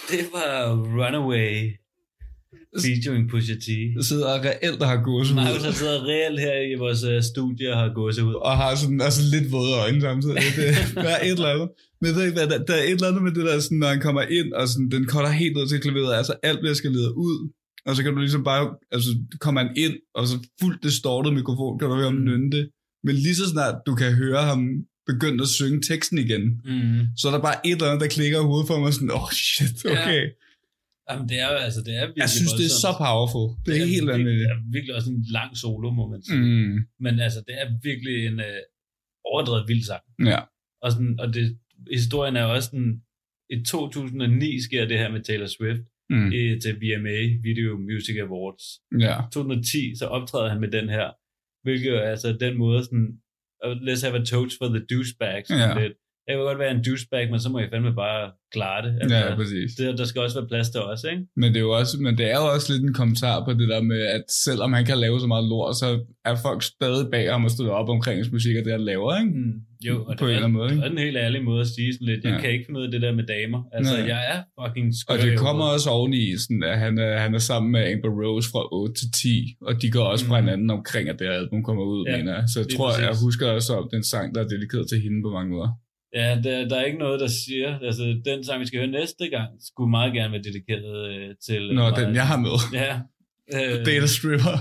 Det var Runaway featuring Pusha T. Der sidder reelt og har gåsehud. Markus har siddet reelt her i vores studie og har gåsehud. Og har sådan altså lidt våde øjne samtidig. Der er et eller andet. Men jeg ved ikke hvad, der er et eller andet med det der, sådan, når han kommer ind, og sådan, den cutter helt ud til klaveret, altså alt bliver skaleret ud. Og så kan du ligesom bare, altså kommer han ind, og så fuldt distortet mikrofon, kan du høre ham nynne det. Men lige så snart du kan høre ham begynde at synge teksten igen, så er der bare et eller andet, der klikker i hovedet for mig, sådan, shit, okay. Ja. Jamen, det er virkelig jeg synes, det er så powerful. Det er helt vanvittigt. Det er virkelig også en lang solo, må man sige. Men altså, det er virkelig en overdrevet vild sang. Ja. Og historien er også sådan, i 2009 sker det her med Taylor Swift til VMA, Video Music Awards. Ja. 2010, så optræder han med den her, hvilket er altså den måde sådan, let's have a toast for the douchebags. Lidt. Jeg vil godt være en douchebag, men så må jeg fandme bare klare det. Altså, ja, præcis. Der skal også være plads til os, ikke? Men det er jo også lidt en kommentar på det der med, at selvom han kan lave så meget lort, så er folk stadig bag ham og støtter op omkring hans musik og det, han laver, ikke? Jo, og på en eller anden måde, ikke? Det er en helt ærlig måde at sige sådan lidt, jeg kan ikke finde ud af det der med damer. Altså, jeg er fucking skør. Og det kommer også oveni, sådan, at han er sammen med Amber Rose fra 8 til 10, og de går også fra hinanden omkring, at det album kommer ud, mener jeg. Så jeg tror, jeg husker også om den sang, der er dedikeret til hende på mange måder. Ja, der er ikke noget, der siger, altså den sang, vi skal høre næste gang, skulle meget gerne være dedikeret til... Den jeg har med. Ja. Data Stripper.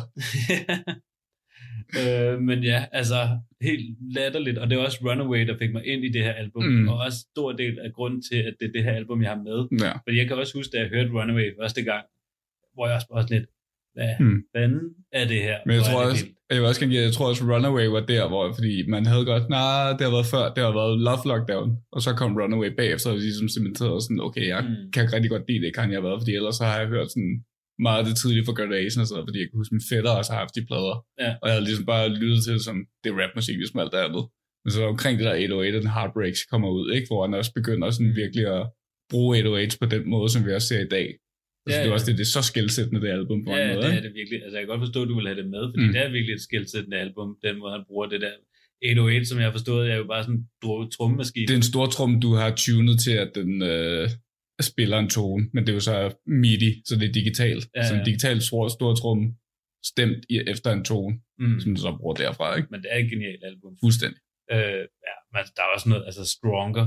Men ja, altså helt latterligt, og det er også Runaway, der fik mig ind i det her album, og også stor del af grunden til, at det er det her album, jeg har med. Ja. Fordi jeg kan også huske, da jeg hørte Runaway første gang, hvor jeg også var sådan lidt, hvad fanden er det her? Men jeg tror også Runaway var der, hvor fordi man havde godt, det har været før, det har været Love Lockdown, og så kom Runaway bagefter, og ligesom cementerede sådan, okay, jeg kan rigtig godt lide det, kan jeg været, fordi ellers så har jeg hørt sådan meget af det tidlige fra Graduation, og så, fordi jeg kan huske, min fætter også har haft de plader, og jeg havde ligesom bare lyttet til som det rapmusik, ligesom alt andet. Men så omkring det der 808 og den Heartbreaks kommer ud, ikke, hvor han også begynder sådan virkelig at bruge 808's på den måde, som vi også ser i dag. Altså, det er også det er så skelsættende, det album på en måde. Ja, det er det virkelig. Altså, jeg kan godt forstå, at du vil have det med, fordi det er virkelig et skelsættende album, den måde, han bruger det der 808, som jeg har forstået, er jo bare sådan en trommemaskine. Det er en stor tromme, du har tunet til, at den spiller en tone, men det er jo så MIDI, så det er digitalt. Ja. Så en digital stor tromme stemt efter en tone, som du så bruger derfra, ikke? Men det er et genialt album. Fuldstændig. Men der er også noget, altså Stronger.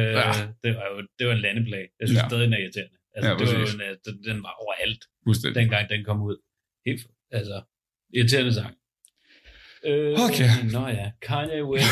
Det var en landeplag. Jeg synes stadig, den er irriterende. Altså, det var jo den var overalt, dengang den kom ud. Helt, altså, irriterende sang. Okay. Nå ja, Kanye West.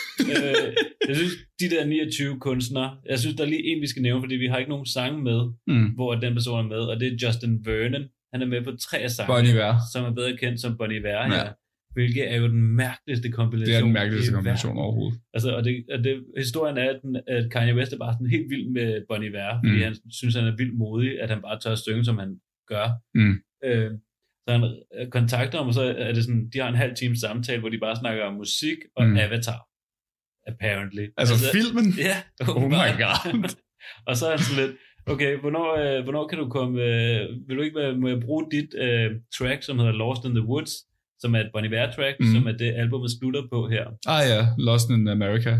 Jeg synes, de der 29 kunstnere, jeg synes, der er lige en, vi skal nævne, fordi vi har ikke nogen sange med, hvor den person er med, og det er Justin Vernon. Han er med på 3 sange, som er bedre kendt som Bon Iver, hvilket er jo den mærkeligste kombination. Det er den mærkeligste kombination overhovedet. Altså, historien er, at Kanye West er bare sådan helt vild med Bon Iver, fordi han synes, han er vildt modig, at han bare tør at synge, som han gør. Så han kontakter ham, og så er det sådan, de har en halv time samtale, hvor de bare snakker om musik og Avatar. Apparently. Altså filmen? Ja. Oh my god. Og så er han sådan lidt, okay, hvornår kan du komme, må jeg bruge dit track, som hedder Lost in the Woods, som er et Bon Iver track, som er det albumet slutter på her. Ja, Lost in America.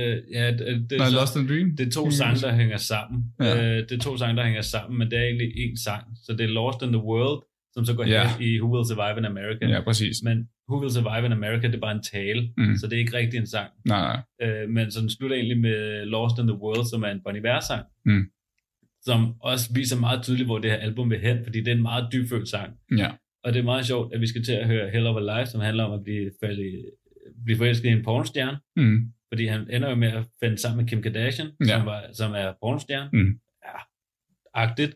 Lost in Dream. Det er 2 sange, der hænger sammen. Det er 2 sange, der hænger sammen, men det er egentlig en sang. Så det er Lost in the World, som så går hen i Who Will Survive in America. Ja, præcis. Men Who Will Survive in America, det er bare en tale, så det er ikke rigtig en sang. Nej. Men så den slutter egentlig med Lost in the World, som er en Bon Iver-sang, som også viser meget tydeligt, hvor det her album vil hen, fordi det er en meget dybfølt sang. Ja. Og det er meget sjovt, at vi skal til at høre Hell of a Life, som handler om at blive forelsket i en pornostjerne, fordi han ender jo med at finde sammen med Kim Kardashian, som er pornostjerne. Ja, agtigt.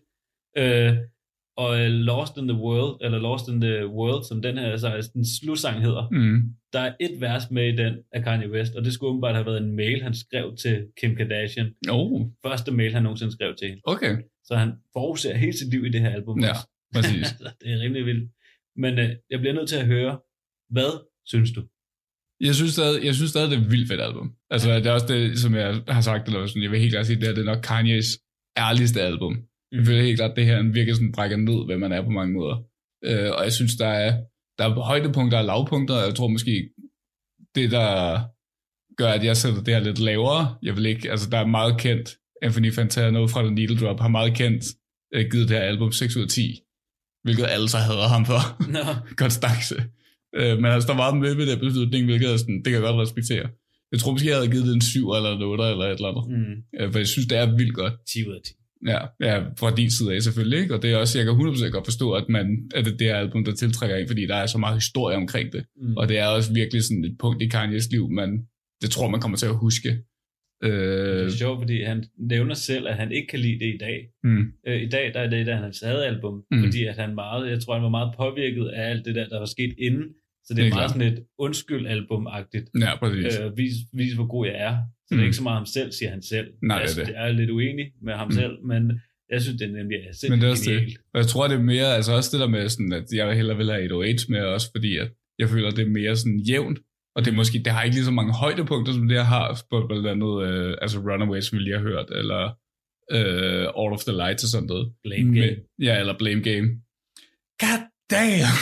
Og Lost in the World, eller Lost in the World, som den her så den slutsang hedder, der er et vers med i den af Kanye West, og det skulle åbenbart have været en mail, han skrev til Kim Kardashian. Første mail, han nogensinde skrev til hende. Okay. Så han forudser hele sit liv i det her album. Ja, præcis. Det er rimelig vildt. Men jeg bliver nødt til at høre, hvad synes du? Jeg synes stadig, det er et vildt fedt album. Altså, det er også det, som jeg har sagt, eller sådan, jeg vil helt klart sige, det er nok Kanyes ærligste album. Jeg føler helt klart, at det her virkelig sådan brækker ned, hvad man er på mange måder. Og jeg synes, der er højdepunkter og lavpunkter, og jeg tror måske, det der gør, at jeg sætter det her lidt lavere, jeg vil ikke, altså der er meget kendt Anthony Fantano fra The Needle Drop har meget kendt givet det her album 6 ud af 10, hvilket alle så hader ham for. Godt stakse. Men han står meget med det beslutning, hvilket er sådan, det kan jeg godt respektere. Jeg tror måske, jeg havde givet det en 7 eller en 8 eller et eller andet. For jeg synes, det er vildt godt. 10 ud af 10. Ja, fra din side af selvfølgelig, ikke? Og det er også, jeg kan 100% godt forstå, at det er album, der tiltrækker en, fordi der er så meget historie omkring det. Og det er også virkelig sådan et punkt i Kanye's liv, det tror man kommer til at huske. Det er sjovt, fordi han nævner selv, at han ikke kan lide det i dag. I dag der er det hans album, fordi at jeg tror, han var meget påvirket af alt det der var sket inden. Så det er meget sådan et undskyld-album-agtigt. Ja, præcis. Vis, hvor god jeg er. Så det er ikke så meget ham selv, siger han selv. Nej, det er lidt uenig med ham selv, men jeg synes, det er nemlig genialt. Og jeg tror, det er mere, altså også det der med, sådan, at jeg hellere vil have 808 med også, fordi at jeg føler, det er mere sådan jævnt. Og det er måske, det har ikke lige så mange højdepunkter, som det jeg har, på blandt andet, altså Runaways, som vi lige har hørt, eller All of the Lights og sådan noget. Blame Game. Ja, eller Blame Game. God damn!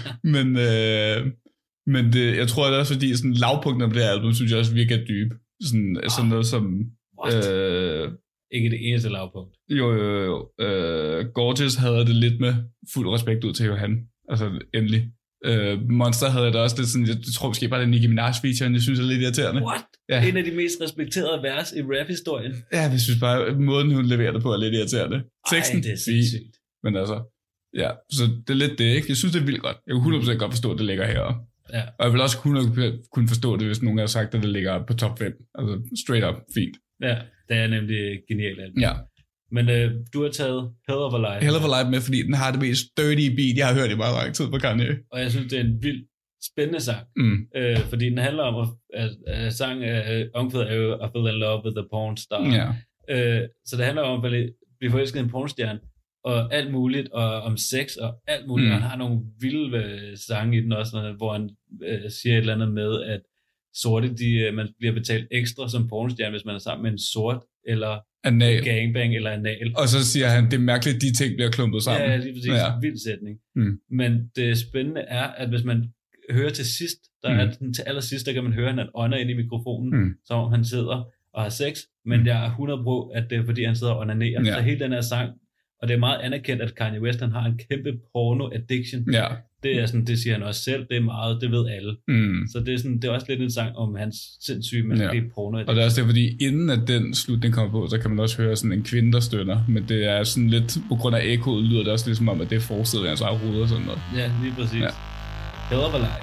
men det, jeg tror, det er også fordi, sådan lavpunkterne på det her album, synes jeg også virker dyb. Sådan noget som... Ikke det eneste lavpunkt. Jo. Gorgeous havde det lidt med fuld respekt ud til Johan. Altså, endelig. Monster havde jeg da også lidt sådan, jeg tror måske bare, det er Nicki Minaj-featuren, jeg synes er lidt irriterende. What? Ja. En af de mest respekterede vers i rap-historien. Ja, jeg synes bare, måden hun leverer det på er lidt irriterende. Teksten, det er sindssygt. Men altså, ja, så det er lidt det, ikke? Jeg synes, det er vildt godt. Jeg kunne 100% godt forstå, at det ligger heroppe. Ja. Og jeg vil også kunne forstå det, hvis nogen havde sagt, at det ligger på top 5. Altså, straight up, fint. Ja, det er nemlig genialt album. Ja. Men du har taget Hell of a Life. Hell of a Life med, fordi den har det mest dirty beat, jeg har hørt i meget lang tid på Kanye. Og jeg synes, det er en vild spændende sang. Fordi den handler om, at sangen omkvædet er jo I Fell in Love with the Porn Star. Ja. Så det handler om at blive forelsket i en pornstjerne, og alt muligt, og om sex, og alt muligt. Og han har nogle vilde sange i den også, hvor han siger et eller andet med, at sorte, man bliver betalt ekstra som pornostjerne, hvis man er sammen med en sort, eller anal. Gangbang, eller anal. Og så siger han, det er mærkeligt, de ting bliver klumpet sammen. Ja, lige præcis. Ja. Vild sætning. Men det spændende er, at hvis man hører til sidst, der er den til allersidst, der kan man høre, at han ånder ind i mikrofonen, som om han sidder og har sex, men jeg er 100% at det er, fordi han sidder og onanerer. Så hele den her sang, og det er meget anerkendt, at Kanye West han har en kæmpe porno-addiction. Ja. Det er sådan, det siger han også selv, det er meget, det ved alle. Så det er, sådan, det er også lidt en sang om hans sindssyge, men det er porno-addiction. Og det er også det, fordi inden at den slutning kommer på, så kan man også høre sådan en kvinde, der stønner. Men det er sådan lidt, på grund af ekkoet, lyder det også ligesom om, at det er forsædet af hans eget hoved og sådan noget. Ja, lige præcis. Ja. Hell of a Life.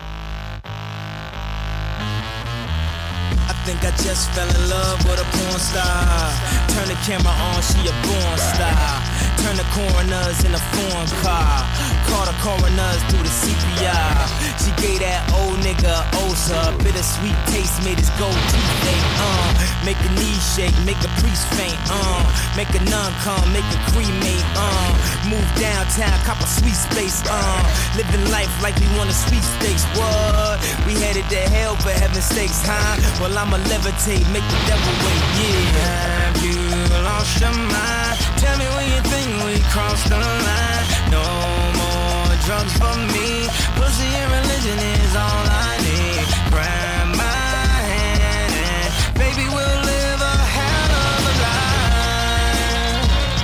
I think I just fell in love with a porn star. Turn the camera on, she a born star. Turn the coroners in a foreign car. Call the coroners through the CPR. She gave that old nigga Osa. Bittersweet taste made his gold teeth ache. Make a knee shake, make a priest faint. Make a nun come, make a cremate. Move downtown, cop a sweet space. Living life like we want a sweet steaks. What? We headed to hell for heaven's sakes, huh? Well, I'ma levitate, make the devil wait, yeah. Have you lost your mind? Tell me when you think we crossed the line. No more drugs for me. Pussy and religion is all I need. Grab my hand and baby we'll live a hell of a life.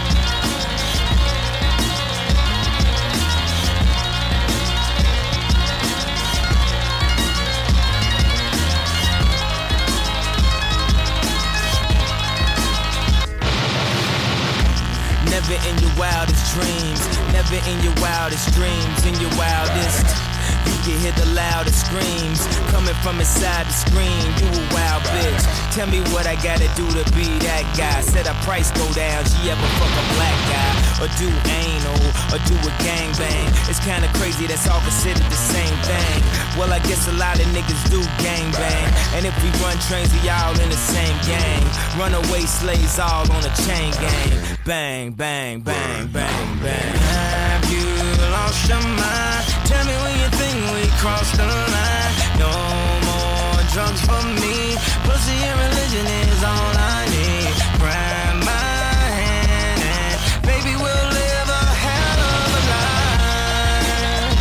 Never in your wildest dreams, never in your wildest dreams, in your wildest. You can hear the loudest screams coming from inside the screen. You a wild bitch. Tell me what I gotta do to be that guy. Said her price go down. She ever fuck a black guy or do anal or do a gangbang? It's kinda crazy. That's all considered the same thing. Well, I guess a lot of niggas do gangbang. And if we run trains, we all in the same gang. Runaway slaves all on a chain gang. Bang, bang, bang, bang, bang. Have you lost your mind? Tell me when you think we crossed the line. No more drugs for me. Pussy and religion is all I need. Grab my hand and baby we'll live a hell of a life.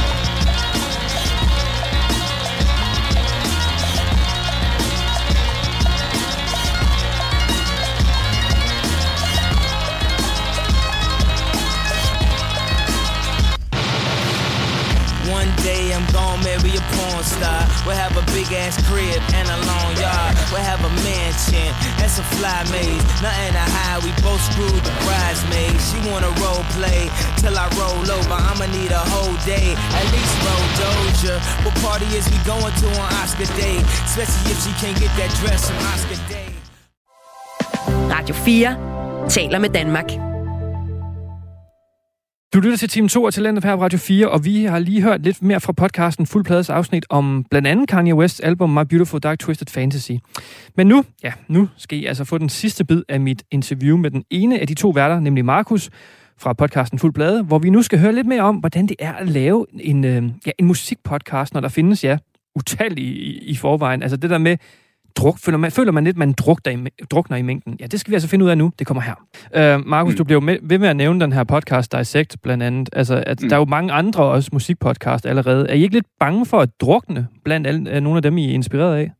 One day I'm gonna marry a porn star. We'll have a big ass crib and a long yard. We'll have a mansion and some fly maids. Nothing to hide, we both screwed the bridesmaids. She wanna role play till I roll over. I'ma need a whole day, at least roll Doja. What party is we going to on Oscar Day? Especially if she can't get that dress from Oscar Day. Radio 4 taler med Danmark. Du lytter til time 2 af Talentet her på Radio 4, og vi har lige hørt lidt mere fra podcasten Fuld Plades afsnit om blandt andet Kanye Wests album My Beautiful Dark Twisted Fantasy. Men nu skal I altså få den sidste bid af mit interview med den ene af de to værter, nemlig Markus fra podcasten Fuld Plade, hvor vi nu skal høre lidt mere om, hvordan det er at lave en musikpodcast, når der findes utallige i forvejen. Altså det der med føler man lidt, man drukner i mængden. Ja, det skal vi altså finde ud af nu. Det kommer her. Markus, du bliver ved med at nævne den her podcast Dissect, blandt andet. Altså, at der er jo mange andre også musikpodcast allerede. Er I ikke lidt bange for at drukne blandt nogle af dem, I er inspireret af?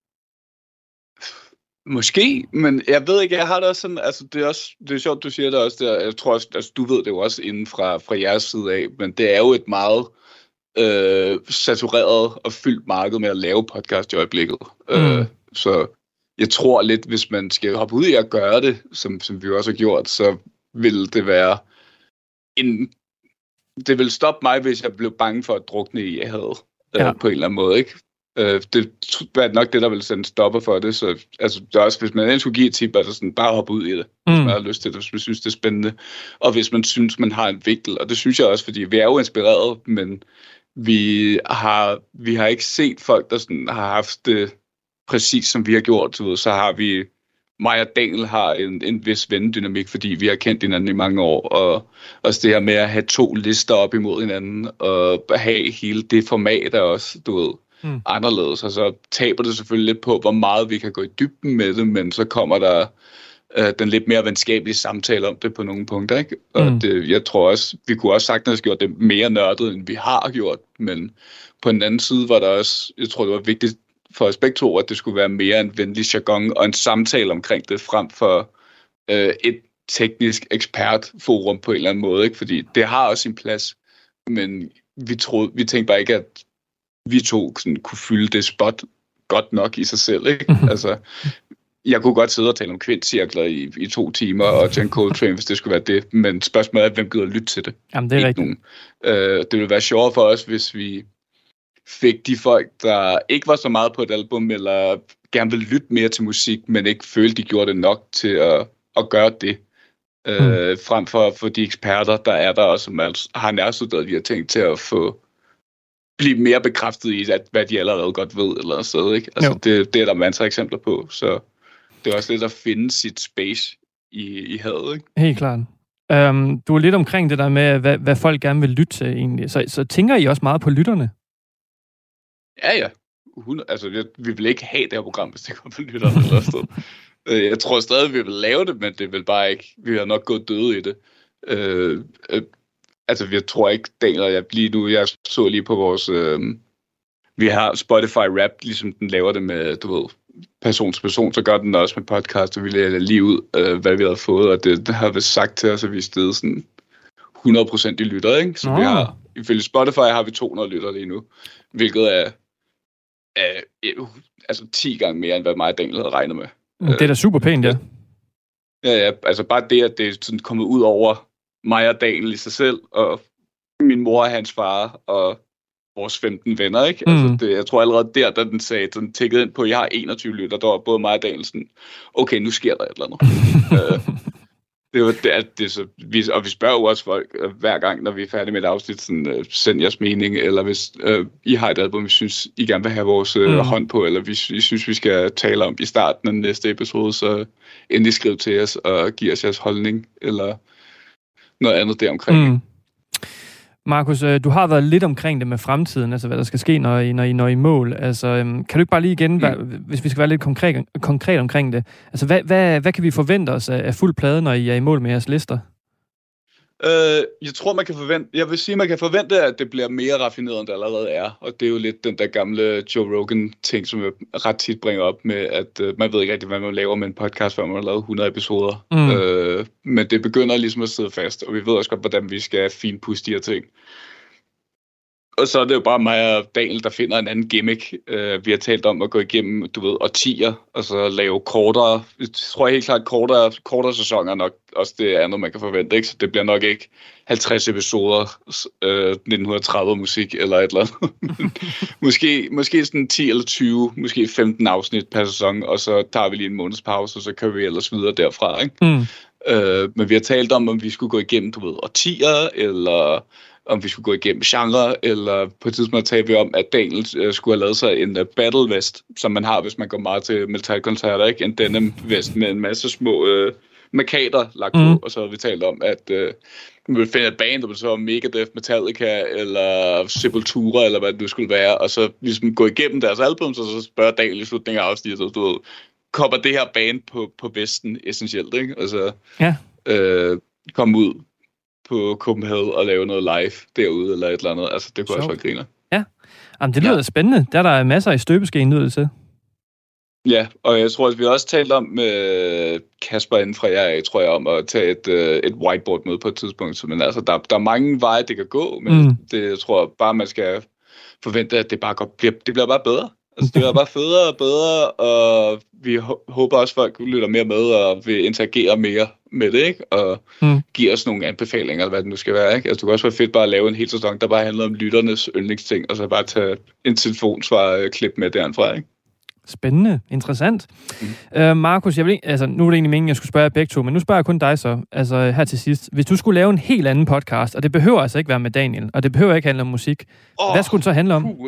Måske, men jeg ved ikke, jeg har det også sådan, altså det er sjovt, du siger det også der. Jeg tror også, altså du ved det jo også inden fra jeres side af, men det er jo et meget satureret og fyldt marked med at lave podcast i øjeblikket. Så jeg tror lidt, hvis man skal hoppe ud i at gøre det, som vi også har gjort, så vil det være det vil stoppe mig, hvis jeg blev bange for at drukne i hadet på en eller anden måde, ikke? Det er nok det, der vil sætte en stopper for det. Så altså, det er også, hvis man ellers skulle give et tip, altså sådan, bare hoppe ud i det, hvis man har lyst til det, hvis man synes, det er spændende, og hvis man synes, man har en vinkel. Og det synes jeg også, fordi vi er jo inspireret, men vi har ikke set folk, der sådan har haft det præcis som vi har gjort. Så har vi, mig og Daniel har en vis vennedynamik, fordi vi har kendt hinanden i mange år, og også det her med at have to lister op imod hinanden, og have hele det format er også, du ved, anderledes. Og så taber det selvfølgelig lidt på, hvor meget vi kan gå i dybden med det, men så kommer der den lidt mere venskabelige samtale om det på nogle punkter, ikke? Og jeg tror også, vi kunne også sagtens have gjort det mere nørdet, end vi har gjort, men på den anden side var der også, jeg tror det var vigtigt for os begge to, at det skulle være mere en venlig jargon og en samtale omkring det, frem for et teknisk ekspertforum på en eller anden måde, ikke? Fordi det har også sin plads, men vi tænkte bare ikke, at vi to sådan kunne fylde det spot godt nok i sig selv, ikke? Altså, jeg kunne godt sidde og tale om kvindcirkler i 2 timer, og John Coltrane, hvis det skulle være det, men spørgsmålet er, hvem gider lytte til det? Jamen, det er rigtigt. Det ville være sjovere for os, hvis vi fik de folk, der ikke var så meget på et album, eller gerne ville lytte mere til musik, men ikke følte, de gjorde det nok til at gøre det. Frem for de eksperter, der er der, og som har nærstuderet de her ting til at blive mere bekræftet i, hvad de allerede godt ved, eller andet sted, ikke? Altså, det er der masser af eksempler på, så det er også lidt at finde sit space i havet, ikke? Helt klart. Du er lidt omkring det der med, hvad folk gerne vil lytte til, egentlig. Så tænker I også meget på lytterne? Ja. Altså, vi vil ikke have det her program, hvis det kommer på lytterne eller sted. Jeg tror stadig, vi vil lave det, men det vil bare ikke. Vi har nok gået døde i det. Altså, jeg tror ikke, Daniel og jeg lige nu, jeg så lige på vores... vi har Spotify Rap, ligesom den laver det med, du ved, person til person, så gør den også med podcast, og vi lærer lige ud, hvad vi havde fået, og det har vi sagt til os, at vi er stedet sådan 100% i lytter, ikke? Så vi har, ifølge Spotify har vi 200 lytter lige nu, hvilket er altså 10 gange mere, end hvad mig og Daniel havde regnet med. Det er da super pænt, ja. Ja, altså bare det, at det er sådan kommet ud over mig og Daniel i sig selv, og min mor og hans far, og vores 15 venner, ikke? Altså jeg tror allerede der, da den sagde, den tækkede ind på, at jeg har 21 lytter, der var både mig og Daniel sådan, okay, nu sker der et eller andet. Og vi spørger jo også folk hver gang, når vi er færdige med et afsnit, sådan, send jeres mening, eller hvis I har et album, vi synes, I gerne vil have vores hånd på, eller vi synes, vi skal tale om i starten af næste episode, så endelig skriv til os og giv os jeres holdning, eller noget andet deromkring. Markus, du har været lidt omkring det med fremtiden, altså hvad der skal ske, når I når i mål. Altså, kan du ikke bare lige igen, hvis vi skal være lidt konkret omkring det, altså hvad kan vi forvente os af fuld plade, når I er i mål med jeres lister? Jeg tror, jeg vil sige, man kan forvente, at det bliver mere raffineret, end det allerede er. Og det er jo lidt den der gamle Joe Rogan-ting, som jeg ret tit bringer op med, at man ved ikke rigtig, hvad man laver med en podcast, før man har lavet 100 episoder. Men det begynder ligesom at sidde fast, og vi ved også godt, hvordan vi skal finpudse de her ting. Og så er det jo bare mig og Daniel, der finder en anden gimmick. Vi har talt om at gå igennem, årtier, og så lave kortere, jeg tror helt klart, kortere sæsoner nok også det andet, man kan forvente, ikke? Så det bliver nok ikke 50 episoder 1930 musik eller et eller andet. måske sådan 10 eller 20, måske 15 afsnit per sæson, og så tager vi lige en måneds pause, og så kører vi ellers videre derfra, ikke? Men vi har talt om vi skulle gå igennem, årtier, eller om vi skulle gå igennem genre, eller på et tidspunkt talte vi om, at Daniel skulle have lavet sig en battle vest, som man har, hvis man går meget til metalkoncerter, ikke? En denim vest med en masse små markader lagt på, og så har vi talt om, at vi ville finde et band, der så Megadeth, Metallica, eller Sepultura, eller hvad det nu skulle være, og så ligesom gå igennem deres album, så spørger Daniel i slutningen af afsnittet, så du ved, kommer det her band på vesten essentielt, ikke? Og så komme ud på Copenhagen og lave noget live derude, eller et eller andet. Altså, det kunne også være griner. Ja. Jamen, det lyder spændende. Der er masser i støbeskeen, lyder det til. Ja, og jeg tror, at vi også talt om med Kasper inden fra jer, tror jeg, om at tage et whiteboard med på et tidspunkt. Men altså, der er mange veje, det kan gå, men det jeg tror bare, man skal forvente, at det bare det bliver bare bedre. Altså, det bliver bare federe og bedre, og vi håber også, at folk lytter mere med og vil interagere mere med det, ikke? Og give os nogle anbefalinger, eller hvad det nu skal være, ikke? Altså, det kunne også være fedt bare at lave en hel sæson, der bare handler om lytternes yndlingsting, og så bare tage en telefonsvar-klip med derfra, ikke? Spændende. Interessant. Markus, nu er det egentlig meningen, jeg skulle spørge jer begge to, men nu spørger jeg kun dig så, altså her til sidst. Hvis du skulle lave en helt anden podcast, og det behøver altså ikke være med Daniel, og det behøver ikke handle om musik, hvad skulle den så handle om?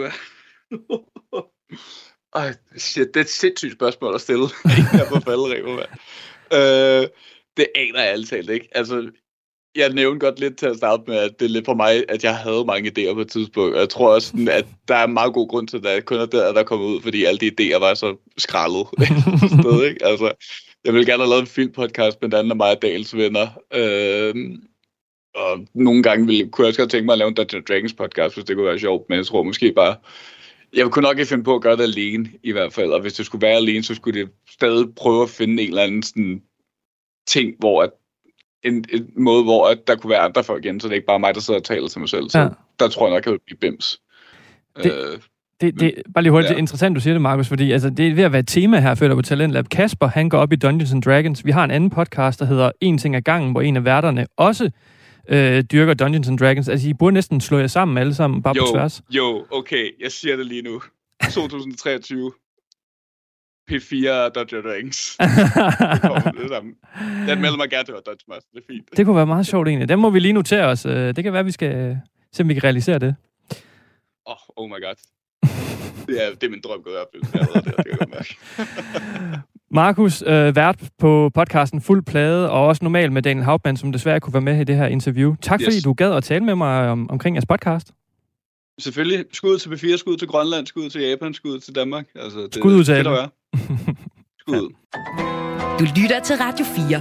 Shit, det er et sindssygt spørgsmål at stille. Jeg er på falderæber, mand. Det aner jeg altid ikke. Altså, jeg nævnte godt lidt til at starte med, at det er lidt for mig, at jeg havde mange idéer på et tidspunkt. Og jeg tror også, at der er en meget god grund til, at der kun er der kommer ud, fordi alle de idéer var så skrællet. Ikke? Altså, jeg ville gerne have lavet en filmpodcast, blandt andet af mig og Dales venner. Og nogle gange kunne jeg også godt tænke mig at lave en Dungeons & Dragons podcast, hvis det kunne være sjovt. Men jeg tror måske bare, jeg kunne nok ikke finde på at gøre det alene, i hvert fald. Og hvis det skulle være alene, så skulle det stadig prøve at finde en eller anden sådan ting, hvor en måde, hvor der kunne være andre folk igen, så det er ikke bare mig, der sidder og taler til mig selv. Så der tror jeg nok, at jeg vil blive bims. Det bare lige hurtigt, det er interessant, du siger det, Markus, fordi altså, det er ved at være et tema her, føler på Talentlab. Kasper, han går op i Dungeons & Dragons. Vi har en anden podcast, der hedder En ting ad gangen, hvor en af værterne også dyrker Dungeons & Dragons. Altså, I burde næsten slå jer sammen alle sammen, bare på tværs. Okay, jeg siger det lige nu. 2023. P4 Dungeons & Dragons. Det sammen. Den melder mig gerne til at Dungeons Master. Det er fint. Det kunne være meget sjovt egentlig. Den må vi lige notere os. Det kan være, vi skal se, om vi kan realisere det. Oh my god. Det er min drøm gået op. Det kan jeg godt mærke. Markus, vært på podcasten Fuld Plade, og også normalt med Daniel Hauptmann, som desværre kunne være med i det her interview. Tak fordi du gad at tale med mig omkring jeres podcast. Selvfølgelig. Skud til B4, skud til Grønland, skud til Japan, skud til Danmark. Altså, skud ud til alle. Skud. Du lytter til Radio 4.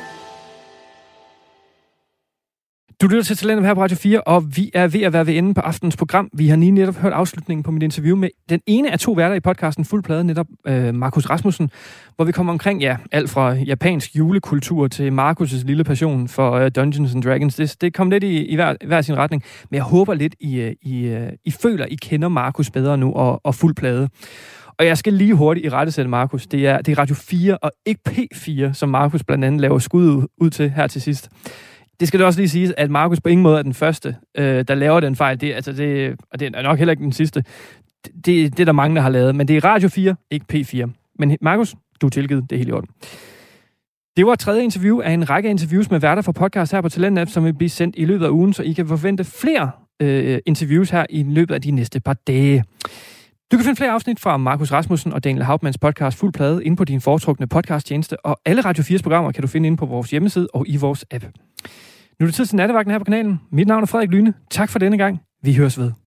Du lytter til Talentlab her på Radio 4, og vi er ved at være ved enden på aftenens program. Vi har lige netop hørt afslutningen på mit interview med den ene af to værter i podcasten Fuld Plade, netop Markus Rasmussen, hvor vi kommer omkring, alt fra japansk julekultur til Markus' lille passion for Dungeons & Dragons. Det kom lidt i hver sin retning, men jeg håber lidt, I føler, I kender Markus bedre nu og Fuld Plade. Og jeg skal lige hurtigt irettesætte Markus. Det er Radio 4 og ikke P4, som Markus blandt andet laver skud ud til her til sidst. Det skal da også lige siges, at Markus på ingen måde er den første, der laver den fejl. Og det er nok heller ikke den sidste. Det er der mange, der har lavet. Men det er Radio 4, ikke P4. Men Markus, du er tilgivet. Det er helt i orden. Det var et tredje interview af en række interviews med værter fra podcast her på Talentlab, som vil blive sendt i løbet af ugen, så I kan forvente flere interviews her i løbet af de næste par dage. Du kan finde flere afsnit fra Markus Rasmussen og Daniel Hauptmanns podcast Fuld Plade inde på din foretrukne podcasttjeneste, og alle Radio 4's programmer kan du finde inde på vores hjemmeside og i vores app. Nu er det tid til nattevagten her på kanalen. Mit navn er Frederik Lyne. Tak for denne gang. Vi høres ved.